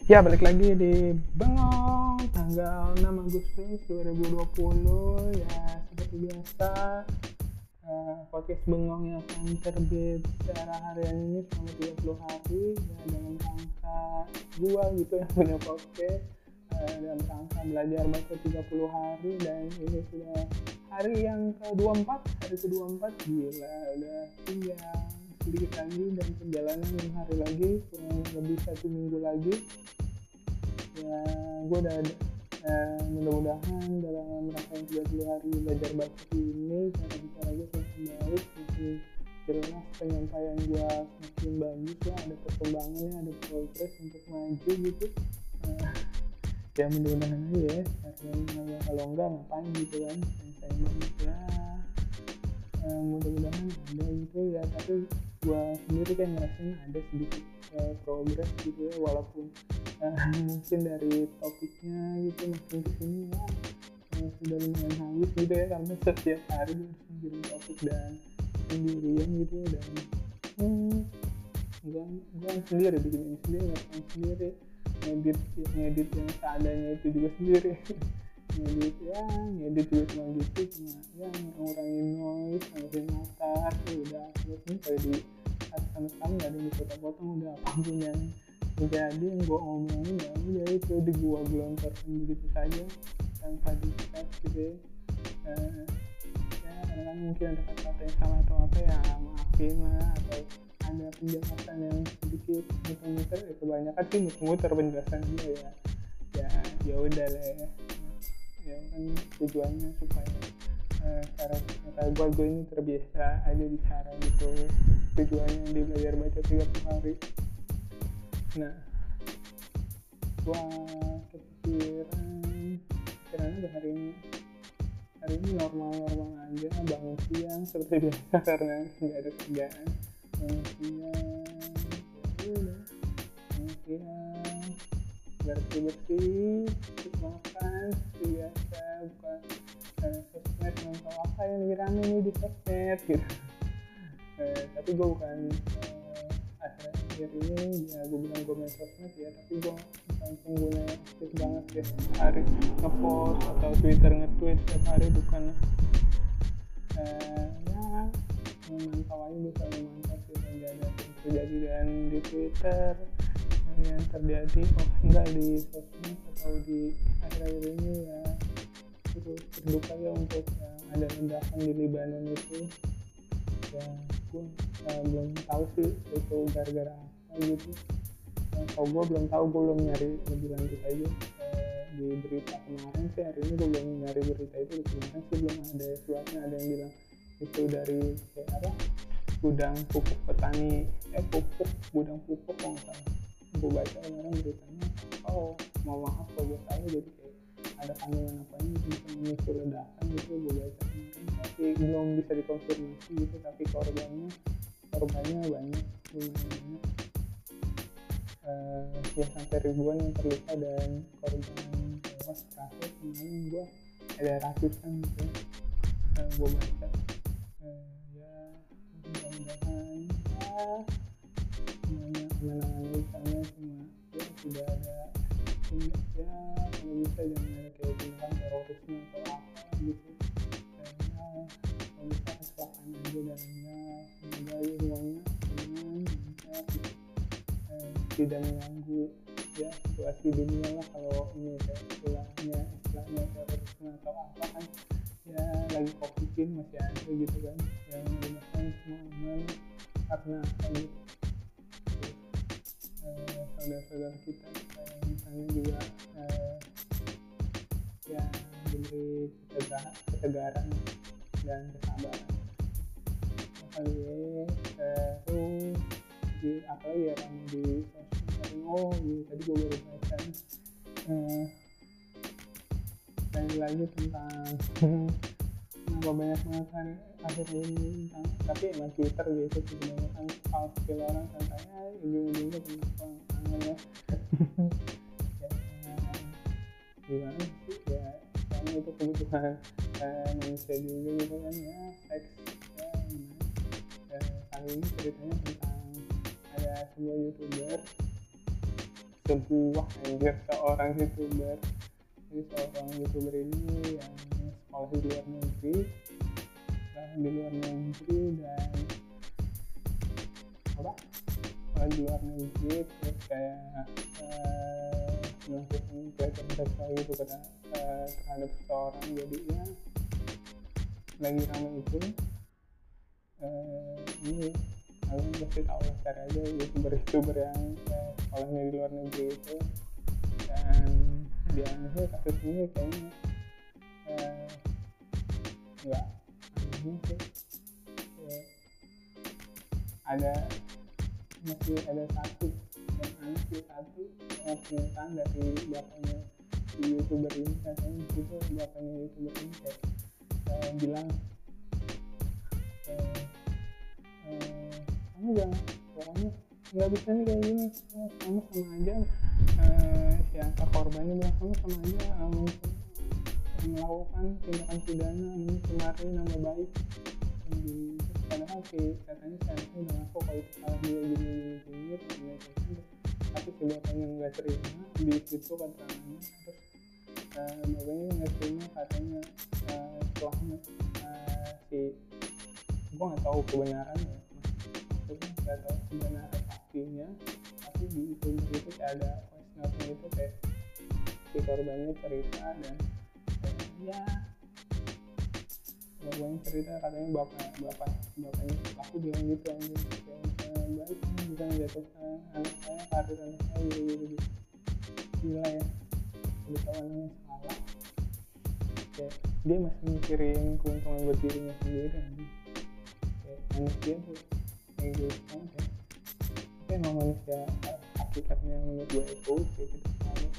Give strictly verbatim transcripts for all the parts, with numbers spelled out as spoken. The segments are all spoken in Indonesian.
Ya, balik lagi di Bengong tanggal enam Agustus dua ribu dua puluh. Ya, seperti biasa, eh, podcast Bengong yang akan terbit secara harian ini selama tiga puluh hari, ya, dalam rangka gua gitu yang punya podcast, eh, dalam rangka belajar baca tiga puluh hari. Dan ini sudah hari yang ke dua puluh empat, hari ke dua puluh empat. Gila, udah tinggal sedikit lagi dan perjalanan enam hari lagi, kurang lebih satu minggu lagi. Ya, gue udah uh, mudah-mudahan dalam rangka tiga puluh hari belajar baca ini, cara bicara gue semakin baik, semakin jelas, penyampaian gue semakin bagus lah, ada perkembangannya, ada progres untuk maju gitu. Uh, ya mudah-mudahan aja ya, karena ya, kalau enggak ngapain gitu kan, sayang banget ya. Uh, mudah-mudahan ada gitu ya, tapi gue sendiri kayak ngerasain ada sedikit uh, progres gitu ya, walaupun uh, mungkin dari topiknya gitu makin kesini ya uh, sudah lumayan habis gitu ya, karena setiap hari gue harus mikirin topik dan sendirian gitu ya, dan hmm, gue gue sendiri bikin ini sendiri, ngerjain sendiri, ngedit ngedit yang seadanya itu juga sendiri. ngedit ya ngedit juga cuma gitu, cuma ya ngurangin noise, ngurangin latar tuh udah. Terus ini kayak di sama sekali nggak ada yang dipotong-potong, udah apapun yang jadi yang gue omongin ya udah itu di gua gelontorkan begitu saja tanpa dikat gitu ya. Uh, ya karena kan mungkin ada kata-kata yang salah atau apa ya, maafin lah, atau ada penjelasan yang sedikit muter-muter, ya kebanyakan sih muter-muter penjelasan dia ya. Ya ya udah lah ya. Ya kan tujuannya supaya uh, cara cara gue gue ini terbiasa aja bicara gitu, tujuannya di belajar baca tiga puluh hari. Nah, gua kepikiran pikiran apa hari ini hari ini normal-normal aja, bangun siang seperti biasa karena nggak ada kerjaan, bangun siang ya udah bangun siang bersih-bersih, terus makan seperti biasa, buka eh, sosmed, nonton apa yang lagi rame nih di sosmed gitu. eh, tapi gue bukan eh, akhir-akhir ini ya gue bilang gue main sosmed ya, tapi gue bukan pengguna yang aktif banget ya, setiap hari ngepost atau Twitter nge-tweet setiap hari, bukan. eh, ya memantau aja, bisa memantau sih yang ada yang terjadi dan di Twitter yang terjadi, oh enggak di sosmed atau di akhir-akhir ini ya, terus berduka ya untuk yang ada ledakan di Libanon itu ya. Gue uh, belum tahu sih itu gara-gara apa gitu. Uh, kalau gue belum tahu, gue belum nyari lebih lanjut aja uh, di berita kemarin sih. Hari ini gue belum nyari berita itu, di kemarin sih belum ada suratnya, ada yang bilang itu dari kayak apa, gudang pupuk petani, eh pupuk gudang pupuk kalau nggak salah. Gue baca kemarin beritanya, oh mau maaf kalau gue salah, jadi kayak ada kandungan apa ini bisa memicu ledakan gitu, gue baca kemarin, tapi belum bisa dikonfirmasi gitu. Tapi korbannya korbannya banyak, lumayan banyak, uh, ya sampai ribuan yang terluka, dan korban tewas terakhir kemarin gue ada ratusan gitu ya. uh, gue baca uh, ya mudah-mudahan ya semuanya aman-aman di sana, cuma ya tidak ada ya kalau bisa jangan ada kayak tindakan terorisme atau apa gitu, dan ya kalau bisa kecelakaan aja, dan ya semoga ya semuanya aman, lancar gitu. eh, tidak mengganggu ya situasi dunia lah. Kalau ini kayak istilahnya istilahnya terorisme atau apa kan ya, lagi covid ini masih ada gitu kan, yang menggunakan semua aman karena gitu. Eh, saudara-saudara kita yang misalnya juga eh, ya diberi ketegaran, ketegaran dan kesabaran. Kali ya, terus di apa ya kan di sosmed, oh iya tadi gue baru baca eh, lagi lagi tentang kenapa banyak banget kan akhir ini tentang, tapi emang Twitter gitu sih kebanyakan hal skill orang katanya ujung-ujungnya tentang pengangan ya. Ya gimana sih ya, karena itu kebutuhan eh, manusia juga gitu kan ya, seks ya gimana. Eh, kali ini ceritanya tentang ada sebuah youtuber sebuah anjir seorang youtuber. Jadi seorang youtuber ini yang sekolah di luar negeri, sekolah di luar negeri dan apa? Sekolah di luar negeri terus kayak uh, melakukan pelecehan seksual gitu karena uh, terhadap seseorang. Jadi ya lagi ramai itu uh, ini kalian pasti tahu lah, cari aja youtuber-youtuber yang uh, sekolahnya di luar negeri itu. Dan dia ini kasus ini kayaknya uh, nggak aneh sih, uh, ada masih ada satu yang aneh sih, satu uh, pernyataan dari bapaknya di youtuber ini. Katanya gitu bapaknya youtuber ini kayak uh, bilang uh, uh, kamu jangan, pokoknya nggak bisa nih kayak gini, oh, kamu sama aja uh, siapa korbannya bilang kamu sama aja um, melakukan tindakan pidana, mencemari nama baik. Jadi, padahal sih katanya seharusnya udah ngaku kalau itu salah dia gini gini gini, tapi si bapaknya nggak terima di situ keterangannya. Terus uh, bapaknya nggak terima katanya uh, setelahnya uh, si gue nggak tahu kebenarannya, maksudnya nggak tahu kebenaran pastinya, tapi di itu itu kayak ada voice note itu kayak si korbannya cerita dan eh, ya bapaknya cerita katanya bapak bapak bapaknya aku bilang gitu anjir, kayak misalnya baik kamu bisa menjatuhkan anak saya, karir anak saya gitu gitu gitu. Gila ya, udah tahu anaknya salah kayak dia masih mikirin keuntungan buat dirinya sendiri anjir. Kayak manusia tuh kayak gitu kan, kayak tapi emang manusia hakikatnya menurut gue egois kayak gitu, selalu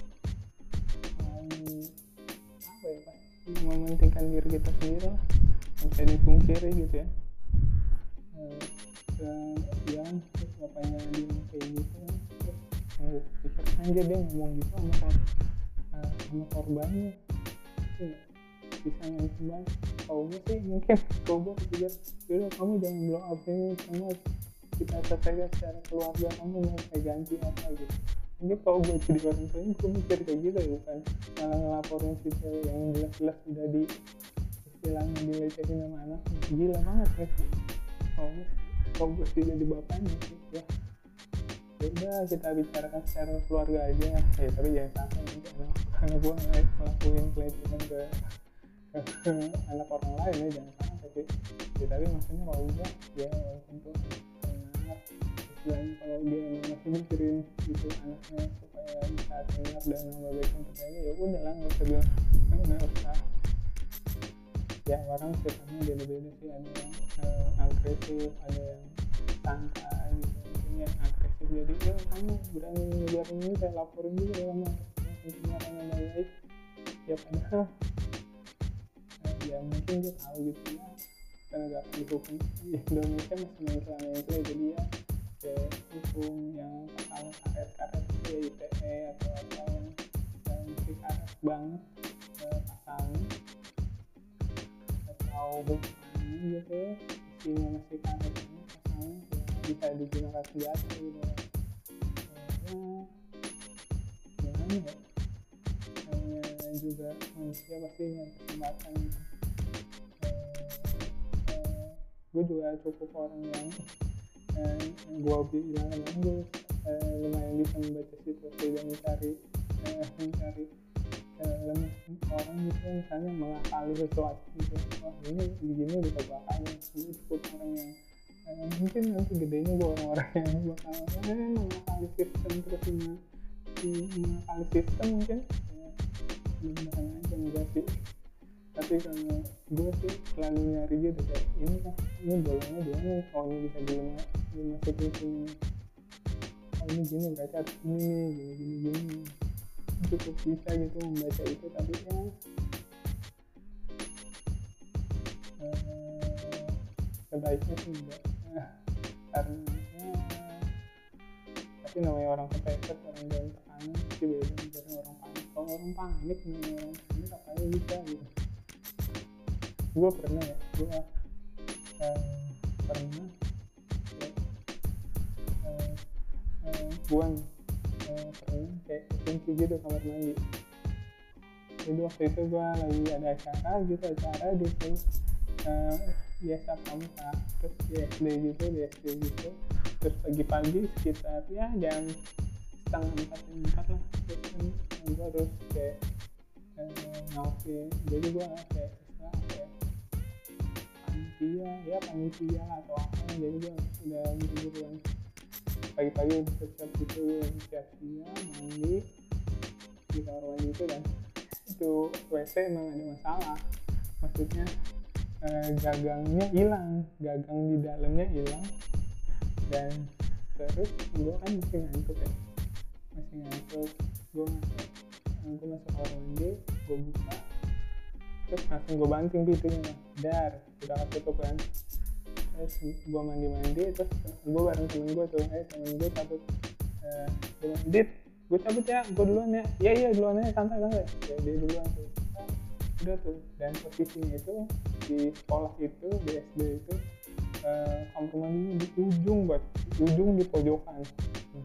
selalu apa ya, pasti mementingkan diri kita sendiri lah, nggak bisa dipungkiri gitu ya. Uh, dia kan terus bapaknya bilang kayak gitu kan, terus uh, pikir anjir dia ngomong gitu sama kor- uh, sama korbannya uh, bisa ngancem banget. Kalau gue sih mungkin kalau gue pikir yaudah kamu jangan blow up ini, kamu kita selesaikan secara keluarga, kamu mau saya ganti apa gitu. Mungkin kalau gue jadi orang tuanya gue mikir kayak gitu ya, bukan malah ngelaporin si cewek yang jelas-jelas udah di istilahnya dilecehin sama anak. Gila banget ya. Kalau gue kalau gue sih jadi bapaknya sih ya udah kita bicarakan secara keluarga aja ya, tapi jangan sampai nanti anak anak gue ngelakuin pelecehan ke, ke anak orang lain ya, jangan sampai sih ya. Tapi maksudnya kalau udah ya walaupun tuh anak istilahnya kalau dia emang masih mikirin itu anaknya supaya bisa tenang dan nama baik untuk dia, ya udah lah nggak usah bilang, nggak usah. Ya orang sifatnya beda-beda sih, ada yang uh, agresif, ada yang santai gitu. Mungkin yang agresif jadi ya kamu berani ngejarin ini saya laporin juga ya sama pencemaran nama baik ya, padahal uh, ya mungkin dia tahu gitu ya penegakan hukum di Indonesia masih mencela-mencela, jadi ya kayak hukum yang pakai karet-karet ya I T E atau apa yang, yang masih karet banget uh, pasalnya atau hukumannya gitu ya, isinya masih karet banget pasalnya ya, bisa digunakan senjata gitu ya. Ya gimana ya, namanya juga manusia pasti nyari kesempatan gitu. Gue juga cukup orang yang eh, gue bilang kan gue eh, lumayan bisa membaca situasi dan mencari eh, mencari lemah orang gitu, misalnya mengakali sesuatu gitu, wah ini begini bisa bakalan. Gue cukup orang yang eh, mungkin nanti gedenya gue orang-orang yang bakal eh, mengakali sistem terus mengakali sistem mungkin ya, mudah-mudahan aja enggak sih. Tapi kalau gue sih selalu nyari gitu kayak ini kan ini bolanya di mana, oh ini bisa dilema dimasukin sini, oh ini gini berarti harus ini nih gini gini gini, cukup bisa gitu membaca itu. Tapi ya eh, sebaiknya sih enggak nah, karena ya, tapi namanya orang kepepet, orang dalam tekanan sih beda dari orang panik. Kalau orang panik nih orang panik apanya bisa gitu. Gue pernah ya, gue eh, pernah ya, eh, eh, gue uh, pernah kayak kunci gitu kamar mandi. Jadi waktu itu gue lagi ada acara gitu acara di uh, biasa pramuka, terus di S D gitu di S D gitu terus pagi-pagi sekitar ya jam setengah empat jam empat lah, terus kan gue harus kayak uh, ngawasin, jadi gue kayak istilah kayak panitia ya panitia atau apa, jadi gue udah buru-buruan pagi-pagi udah siap gitu, siap-siap mandi di kamar mandi itu, dan itu W C emang ada masalah, maksudnya eh, gagangnya hilang, gagang di dalamnya hilang, dan terus gue kan masih ngantuk ya masih ngantuk gue masuk gue masuk kamar mandi, gue buka terus langsung gue banting pintunya, dar udah ketutup kan, terus gue mandi-mandi, terus gue bareng temen gue tuh, eh temen gue cabut, eh, gue dit gue cabut ya, gue duluan ya, iya iya duluan aja, santai santai, ya dia duluan tuh, nah, udah tuh, dan posisinya itu di sekolah itu, di S D itu, eh, kamar mandinya di ujung buat, di ujung di pojokan, hmm.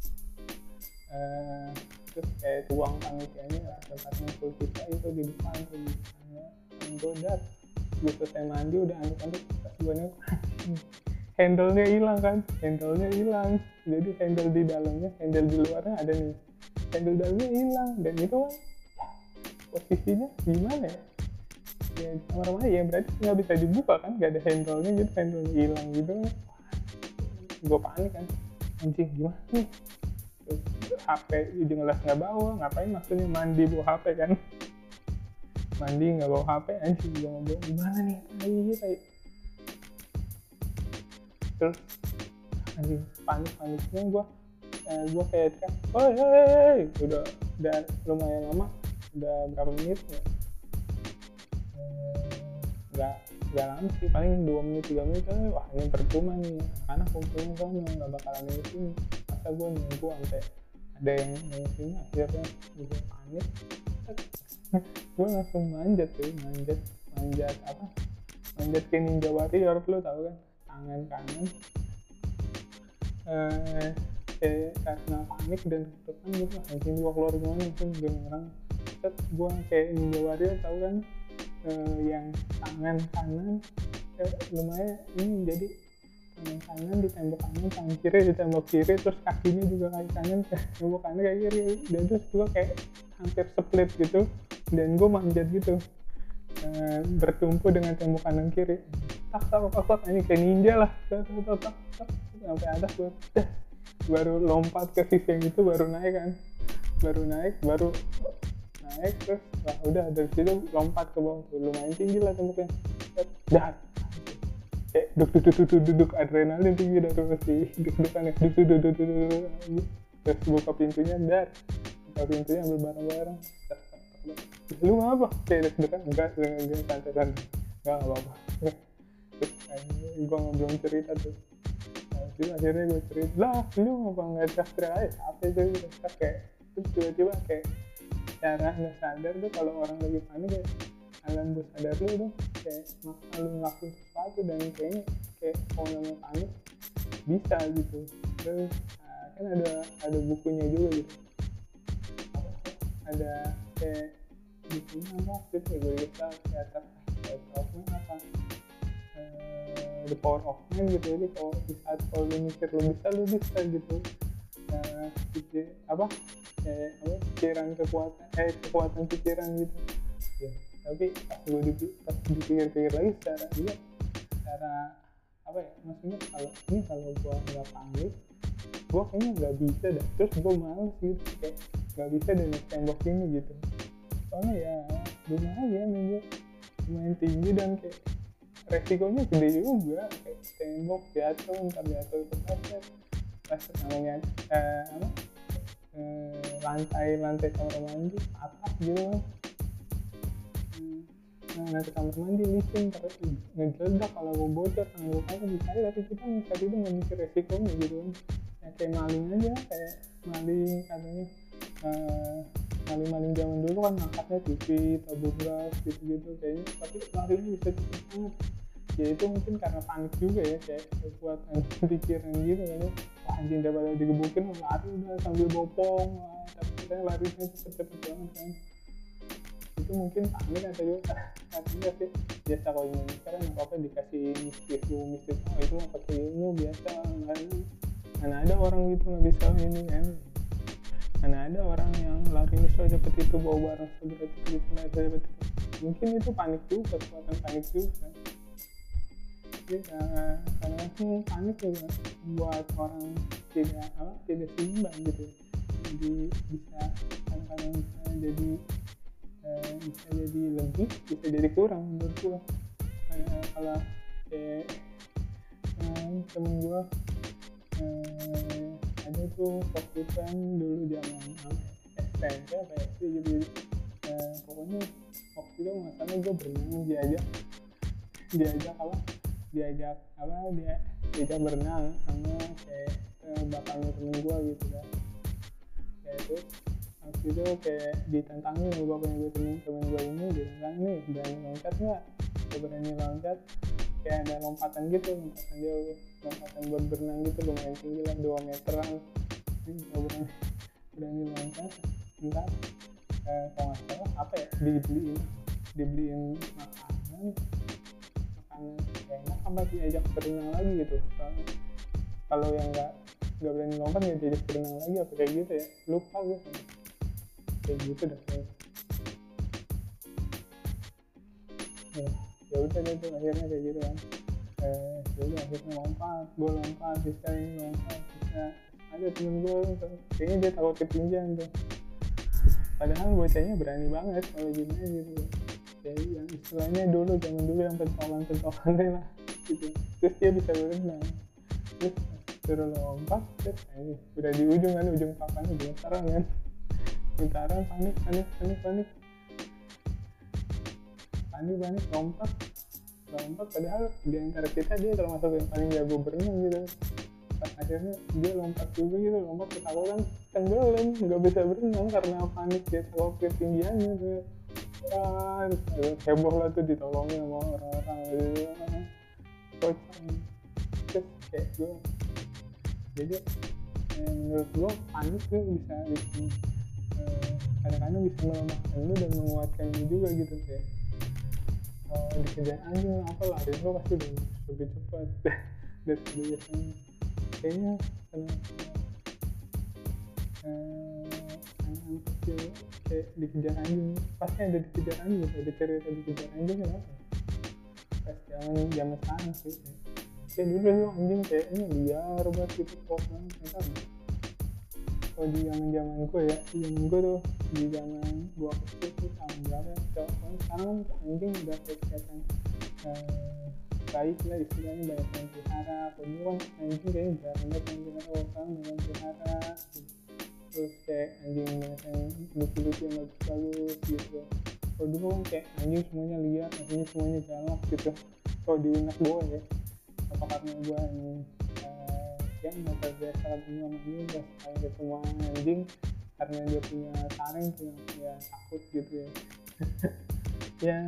eh, terus kayak ruang panitianya tempat ngumpul kita itu di depan tuh, di depannya, dan gue udah, gue selesai mandi udah anduk-anduk, pas gue nengok handle-nya hilang kan, handle-nya hilang, jadi handle di dalamnya, handle di luarnya ada nih, handle dalamnya hilang, dan itu kan posisinya gimana ya, ya kamar mandi ya berarti nggak bisa dibuka kan, nggak ada handle-nya gitu, handle-nya hilang gitu kan, gue panik kan, anjing gimana nih, terus H P jelas nggak bawa, ngapain maksudnya mandi bawa H P kan, mandi nggak bawa H P, anjing gue mau bawa gimana nih, ayo ayo, terus anjing panik-paniknya gue eh, gue kayak teriak, oi hei hei, udah udah lumayan lama, udah berapa menit ya, nggak eh, nggak lama sih, paling dua menit tiga menit, eh, wah ini percuma nih, karena kumpulnya soalnya nggak bakalan ngisi, masa gue nunggu sampai ada yang ngisinya, akhirnya gue panik, gue langsung manjat tuh, manjat manjat apa, manjat ke Ninja Warrior, lo tau kan, tangan kanan eh, kayak karena panik dan tertekan gitu, anjing gue keluar gimana tuh, gue ngerang, set gue kayak Ninja Warrior tau kan, eh, yang tangan kanan eh, lumayan ini, jadi tangan kanan di tembok kanan, tangan kiri di tembok kiri, terus kakinya juga kaki kanan ke tembok kanan kayak kiri, dan terus gue kayak hampir split gitu, dan gue manjat gitu eh, bertumpu dengan tembok kanan kiri, tak tak tak tak, ini kayak ninja lah, tak tak tak tak, tak sampai atas gue, dah baru lompat ke sisi yang itu, baru naik kan, baru naik baru naik terus wah udah dari situ lompat ke bawah tuh, lumayan tinggi lah temboknya, dah kayak duduk duduk duduk duduk adrenalin tinggi dah tuh, masih duduk-dudukannya duduk duduk duduk, terus buka pintunya, dar buka pintunya ambil barang-barang, lu ngapa kayak deg-degan, enggak enggak santai santai, enggak apa-apa, terus gue belum cerita tuh, nah, terus akhirnya gue cerita, lah lu ngapa nggak teriak aja, apa itu gitu, kayak terus tiba-tiba kayak cara nggak sadar tuh, kalau orang lagi panik kayak alam gue sadar lu tuh kayak masa lu ngelakuin sesuatu, dan kayaknya kayak kalau namanya panik bisa gitu, terus nah, kan ada ada bukunya juga gitu, ada kayak bukunya apa gitu ya, gue bisa teater teater apa uh, The Power of Man gitu, jadi kalau di saat kalau lu mikir lu bisa lu bisa gitu, uh, pikir apa kayak apa pikiran kekuatan eh kekuatan pikiran gitu ya, tapi pas gue dipikir, pas dipikir-pikir lagi secara iya secara apa ya, maksudnya kalau ini kalau gue nggak panik gue kayaknya nggak bisa dah, terus gue males gitu, kayak nggak bisa dan tembok ini gitu, soalnya ya lumayan ya lumayan tinggi, dan kayak resikonya gede juga, kayak tembok jatuh, ntar jatuh ke pasir, pasir namanya eh, apa eh, lantai lantai kamar mandi atap gitu kan, hmm. Nah nanti kamar mandi licin terus ngejeledak, kalau gue bocor tangan gue kan bisa, tapi kita saat itu nggak mikir resikonya gitu kan, ya kayak maling aja, kayak maling katanya uh, maling-maling zaman dulu kan angkatnya T V, tabung gas gitu-gitu kayaknya, tapi larinya bisa cepet banget, ya itu mungkin karena panik juga ya, kayak kekuatan pikiran gitu kan ya. Wah anjing daripada digebukin lari udah sambil bopong, wah tapi kita larinya cepet-cepet banget kan. Itu mungkin panik atau juga katanya sih biasa kalau Indonesia kan apa-apa dikasih tisu mistis, oh itu mah pakai ilmu biasa. Mana ada orang gitu nggak bisa ini kan, mana ada orang yang larinya secepet itu, bawa barang seberat itu, secepet itu. Mungkin itu panik juga, kekuatan panik juga. Jadi uh, karena sih panik juga buat orang tidak apa tidak seimbang gitu, jadi bisa kadang-kadang bisa jadi uh, bisa jadi lebih, bisa jadi kurang menurut gua. Kayak kalau kayak uh, temen gua uh, ada tuh fokusan dulu zaman S M P apa S D gitu, uh, pokoknya waktu itu masalah gue berenang, diajak diajak apa diajak apa dia diajak berenang sama kayak eh, bapaknya temen gue gitu kan, kayak itu waktu itu kayak ditantangin sama bapaknya gue, temen temen gue ini ditantang nih, berani loncat nggak, dia berani loncat, kayak ada lompatan gitu, lompatan dia lompatan buat berenang gitu, lumayan tinggi lah, dua meteran, ini berani berani loncat, entar eh, kalau nggak salah apa ya, dibeliin dibeliin makanan makanan enak apa diajak berenang lagi gitu. Soalnya kalau yang nggak nggak berani lompat ya diajak berenang lagi apa kayak gitu ya, lupa gue kayak gitu dah kayaknya. Ya ya udah deh tuh akhirnya kayak gitu kan, eh ya udah akhirnya lompat, gue lompat bisa ini lompat bisa, ada temen gue kayaknya dia takut ketinggian tuh, padahal bocahnya berani banget kalau gimana gitu ya, yang istilahnya dulu zaman dulu yang pentolan-pentolan deh lah gitu, terus dia bisa berenang, terus suruh lompat, terus ini udah di ujung kan, ujung papannya gemetaran kan, gemetaran panik panik panik panik panik panik lompat lompat padahal di antara kita dia termasuk yang paling jago berenang gitu. Pas akhirnya dia lompat juga gitu, lompat ketakutan tenggelam, nggak bisa berenang karena panik, dia takut ketinggiannya tuh. Wah, heboh lah tuh ditolongin sama orang-orang gitu, kocak. Terus kayak gue, jadi eh, menurut gue panik tuh bisa bikin eh, kadang-kadang bisa melemahkan lu dan menguatkan lu juga gitu, kayak oh, dikejar anjing apa lari lu pasti udah lebih cepat daripada biasanya. Kayaknya karena eh, anak-anak kecil kayak dikejar anjing, pasti ada dikejar anjing gitu, ada cerita dikejar anjing kenapa? Pas zaman zaman sekarang sih, kayak dulu tuh anjing kayaknya liar banget gitu, kok banget nggak tahu. Oh di zaman zaman gue ya, di zaman gue tuh di zaman gue kecil tuh tahun berapa? Soalnya sekarang anjing udah kayak kelihatan eh, baik lah istilahnya, banyak yang pelihara. Kalau dulu kan anjing kayaknya jarang banget yang pelihara, orang dengan pelihara gitu. Terus kayak anjing banyak yang lucu-lucu yang bagus-bagus gitu. Kalau dulu kan kayak anjing semuanya liar, anjing semuanya galak gitu. Kalau di Unak gue ya, apa karena gue ini eh, yang nggak terbiasa ketemu sama anjing, nggak sekali ketemu anjing karena dia punya taring, punya ya takut gitu ya. Ya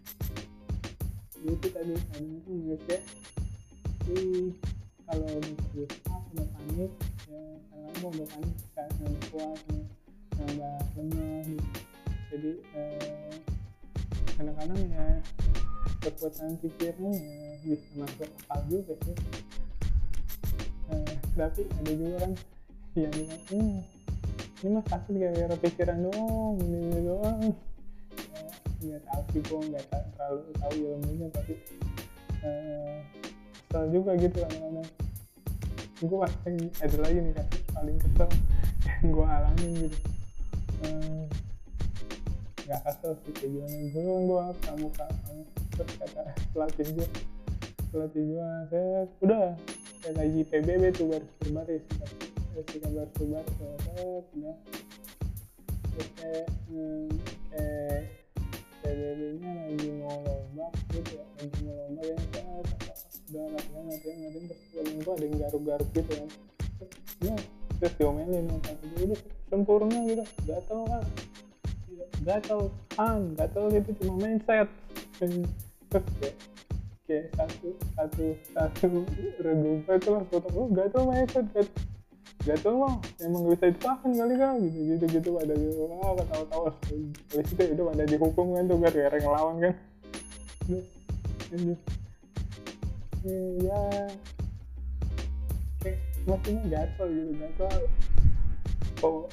itu tadi kadang itu manusia sih kalau udah berusaha udah panik ya, karena mau udah panik bisa nambah kuat, nambah lemah gitu. Jadi eh, kadang-kadang ya kekuatan pikiran ya bisa masuk akal juga sih. Eh, tapi ada juga kan yang bilang hmm, ini mah sakit gara-gara pikiran doang, ini doang. Nggak tahu sih, gue nggak terlalu tahu ilmunya, tapi uh, kesel juga gitu kadang-kadang. Gue pasti ada lagi nih kasus paling kesel yang gue alamin gitu. Uh, nggak kesel sih kayak gimana, gue gue kamu kamu terus kata pelatih gue pelatih gue saya udah kayak lagi P B B tuh baris berbaris sikap baris berbaris udah terus kayak hmm, kayak P B B-nya lagi mau lomba gitu ya, lagi mau lomba yang saya udah latihan latihan latihan terus temen gue ada yang garuk-garuk gitu kan, terus ya terus diomelin kan, udah sempurna gitu, gatel kan, gatel kan, gatel gitu cuma mindset, terus kayak kayak satu satu satu redupa itu lah foto oh gatel mah hebat gatel gatel mah emang gak bisa ditahan kali kan gitu gitu gitu pada gitu ah ketawa-tawa habis itu itu pada dihukum kan tuh gara-gara ngelawan kan terus terus ya kayak maksudnya gatel gitu gatel oh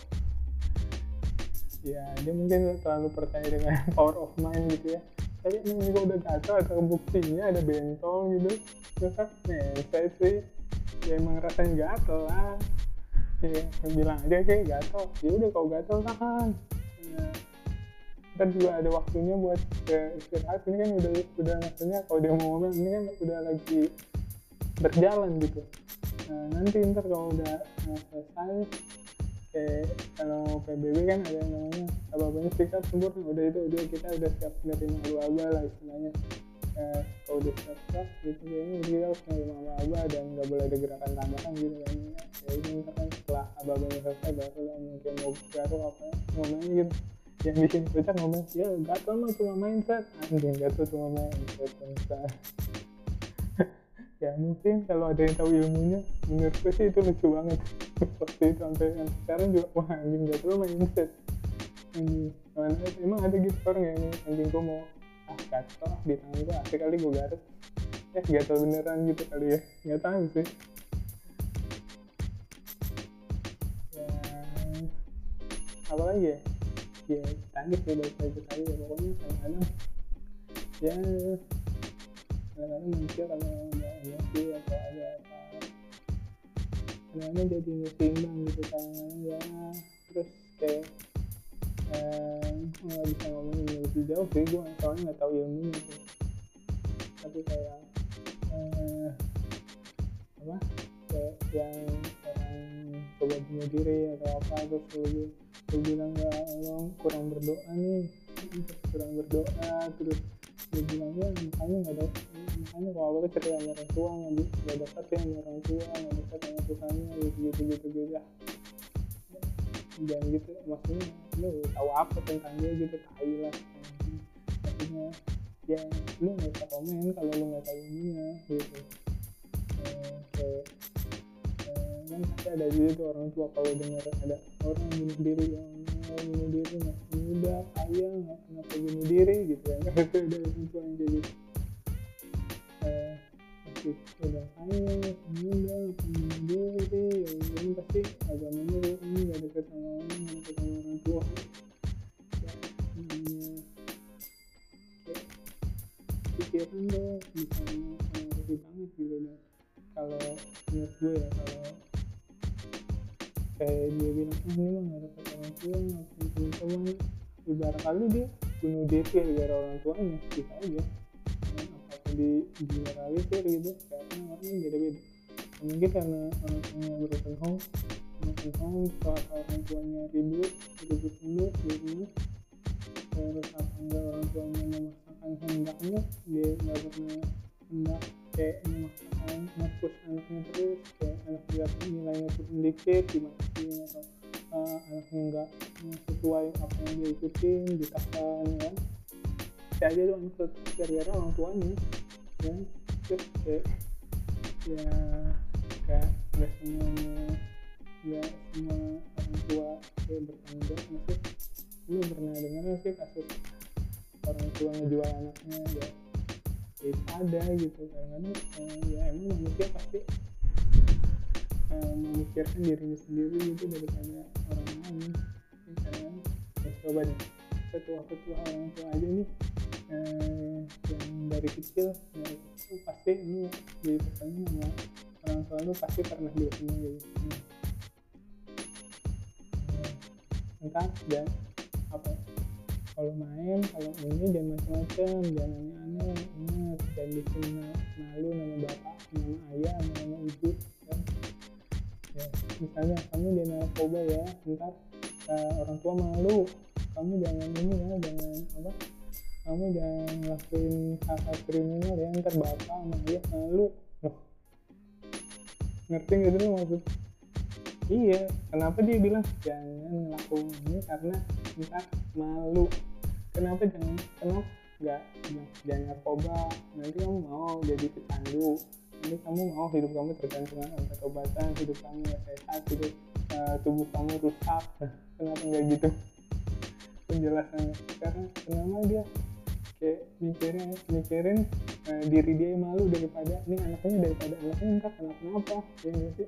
ya dia mungkin terlalu percaya dengan power of mind gitu ya tapi ini juga udah gatel ada buktinya ada bentol gitu terus kan nih saya sih ya emang rasanya gatel lah ya bilang aja kayak gatel ya udah kalau gatel tahan ya, kan juga ada waktunya buat ke istirahat ini kan udah udah maksudnya kalau dia mau ngomong ini kan udah lagi berjalan gitu nah, nanti ntar kalau udah nah, selesai kayak kalau P B B kan ada yang namanya apa-apanya sikap sempurna udah itu udah kita udah siap menerima aba-aba lah istilahnya eh, kalau udah siap-siap gitu kayaknya kita harus menerima aba-aba dan nggak boleh ada gerakan tambahan gitu kan ya ini kan setelah aba-abanya selesai baru lah mungkin mau garuk apa ngomongnya gitu yang bikin kocak ngomong ya gatel mah cuma mindset anjing gatel cuma mindset bangsa ya mungkin kalau ada yang tahu ilmunya menurutku sih itu lucu banget waktu itu sampai yang sekarang juga wah anjing gatel mah mindset anjing emang ada gitu orang yang anjing gue mau ah gatel di tangan gue asik kali gue garuk ya gatel beneran gitu kali ya nggak tahu sih ya apa lagi ya ya tadi sih balik lagi tadi ya pokoknya kadang-kadang ya kadang-kadang manusia kalau ada emosi atau ada apa kadang-kadang jadi nggak seimbang gitu kadang-kadang ya terus kayak eh, gue nggak bisa ngomongin lebih jauh sih gue soalnya nggak tahu ilmunya sih tapi kayak eh, apa kayak yang orang coba bunuh diri atau apa terus lu, lu bilang ya lo kurang berdoa nih kurang berdoa terus dia bilang ya makanya nggak ada makanya kalau awalnya ceria sama orang tua nggak dekat ya sama orang tua nggak dekat sama Tuhannya gitu gitu gitu gitu ya jangan gitu maksudnya lu tahu apa tentang dia gitu tahu lah maksudnya ya lu nggak usah komen kalau lu nggak tahu ininya gitu eh, kayak eh, kan pasti ada juga tuh orang tua kalau dengar ada orang bunuh diri yang bunuh diri masih muda kaya nggak kenapa bunuh diri gitu kan itu ada orang tua yang kayak gitu eh, masih udah kaya muda bunuh diri ya ini pasti agamanya ini nggak dekat sama orang nggak dekat sama orang tua ya namanya kayak pikiran tuh bisa mengaruhi banget gitu dan kalau menurut gue ya kalau kayak dia bilang ah ini mah nggak dekat orang tua ngapain teman-teman ibarat kali dia bunuh diri gara-gara orang tuanya bisa aja apakah di generalisir gitu karena orang beda-beda mungkin karena orang tuanya broken home broken home atau orang tuanya ribut ribut dulu di rumah terus apa enggak orang tuanya memaksakan hendaknya dia nggak pernah hendak kayak memaksakan nge-push anaknya terus kayak anak lihat nilainya turun dikit dimasukin atau uh, anaknya nggak sesuai apa yang dia ikutin ditekan ya kan kayak aja tuh anak gara-gara orang tuanya ya terus kayak ya kayak nggak semuanya nggak semua orang tua kayak bertanggung jawab masih lu pernah dengar sih kasus orang tua ngejual anaknya ya itu ada gitu kadang-kadang eh, ya emang manusia pasti eh, memikirkan dirinya sendiri gitu daripada orang lain misalnya ya, coba nih ketua-ketua orang tua aja nih eh, yang dari kecil dari kecil pasti lu dipesannya sama orang tua lu pasti pernah bilang gitu eh, entah dan apa kalau main kalau ini jangan macam-macam jangan aneh-aneh ingat jangan bikin malu nama bapak nama ayah nama ibu kan ya misalnya kamu dia narkoba ya ntar uh, orang tua malu kamu jangan ini ya jangan apa kamu jangan ngelakuin hal-hal kriminal ya ntar bapak sama ayah malu loh ngerti nggak dulu maksud iya kenapa dia bilang jangan ngelakuin ini karena ntar malu kenapa jangan kenapa nggak jangan narkoba, nanti kamu mau jadi pecandu, nanti kamu mau hidup kamu tergantung dengan obat-obatan, hidup kamu nggak sehat, hidup uh, tubuh kamu rusak. Kenapa nggak gitu penjelasannya? Karena kenapa dia kayak mikirin mikirin uh, diri dia yang malu daripada ini anaknya, daripada anaknya entah kenapa-kenapa, ya nggak sih?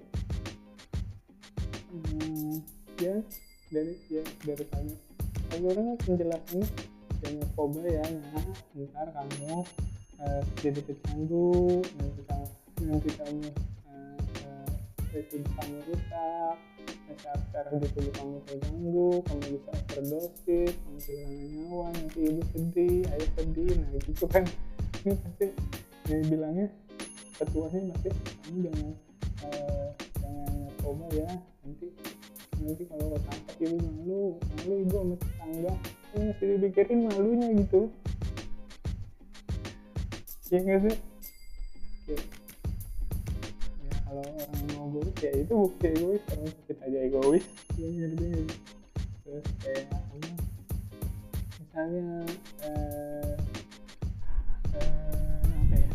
Hmm, ya dari ya daripada akhirnya penjelasannya jangan narkoba ya, nah ntar kamu uh, jadi pecandu, nanti kamu nanti kamu uh, uh, tubuh kamu rusak, saraf di tubuh kamu terganggu, kamu bisa overdosis, kamu kehilangan nyawa, nanti ibu sedih, ayah sedih, nah gitu kan. Ini pasti dia bilangnya, ketuanya pasti kamu jangan uh, jangan narkoba ya, nanti nanti kalau ketangkap ibu malu, malu ibu sama tetangga, ini mesti dipikirin malunya gitu, ya nggak sih? Oke. Ya kalau orang mau egois ya itu bukti egois, orang kita aja egois, ya ngerti. Terus kayak apa, misalnya eh, eh, apa ya,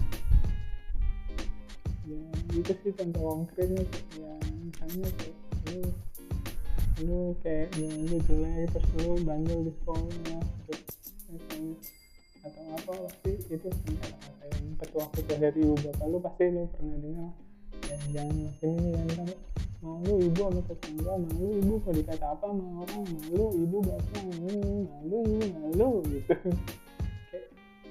ya itu sih contoh konkretnya, ya misalnya kayak lu lu kayak lu jelek terus lu bandel di sekolah terus misalnya atau apa, pasti itu kata-kata yang petua-petua dari ibu bapak lu pasti lu pernah dengar, ya, jangan lakuin ini ya, ntar malu ibu sama tetangga, malu ibu kalau dikata apa sama orang, malu ibu bapak ini, malu ibu malu gitu. Kayak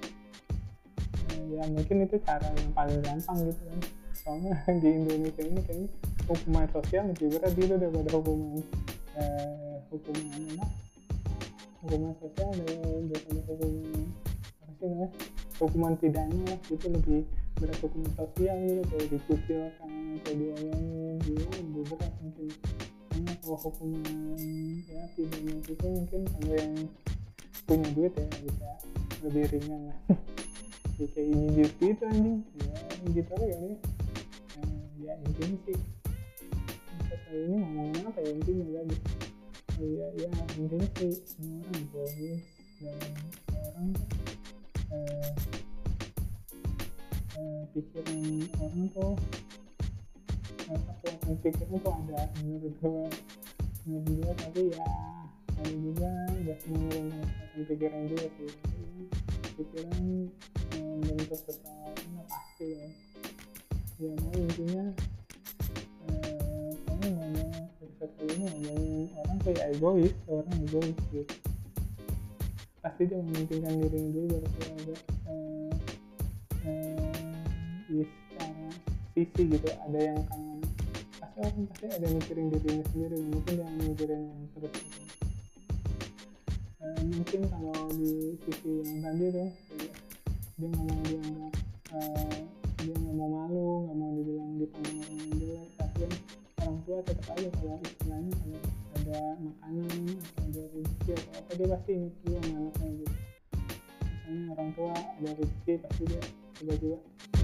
ya mungkin itu cara yang paling gampang gitu kan, soalnya di Indonesia ini kayaknya hukuman sosial lebih berat itu daripada hukuman eh, hukuman apa hukuman sosial daripada hukuman apa sih namanya, hukuman pidana lah, itu lebih berat hukuman sosial gitu, kayak dikucilkan, kayak diomongin gitu, lebih berat mungkin. Karena kalau hukuman ya pidana itu mungkin kalau yang punya duit ya bisa lebih ringan lah. Ya, kayak ini gitu itu anjing ya gitu aja kali ya. Nah, ya intinya sih kali ini ngomongin apa ya intinya tadi, oh iya ya intinya sih semua orang egois dan orang eh, eh, pikiran orang tuh eh, kekuatan pikiran tuh ada menurut gue menurut gue tapi ya ada juga gak semua kekuatan pikiran juga sih, pikiran eh, bentuk sesuatu pasti ya. Ya mau intinya eh, kamu ngomong episode kali ini ngomongin orang kayak egois, orang egois gitu, pasti dia mementingkan dirinya dulu baru keluarga. eh, eh, di secara sisi gitu ada yang kangen, pasti orang pasti ada mikirin dirinya sendiri, mungkin yang mikirin yang terus gitu. Eh, mungkin kalau di sisi yang tadi tuh kayak dia nggak mau dianggap uh, dia nggak mau malu, nggak mau dibilang dipandang orang yang jelek, tapi kan orang tua tetap aja kalau istilahnya kalau ada makanan atau ada rezeki atau apa dia pasti ingat dulu sama anaknya gitu. Misalnya orang tua ada rezeki pasti dia tiba-tiba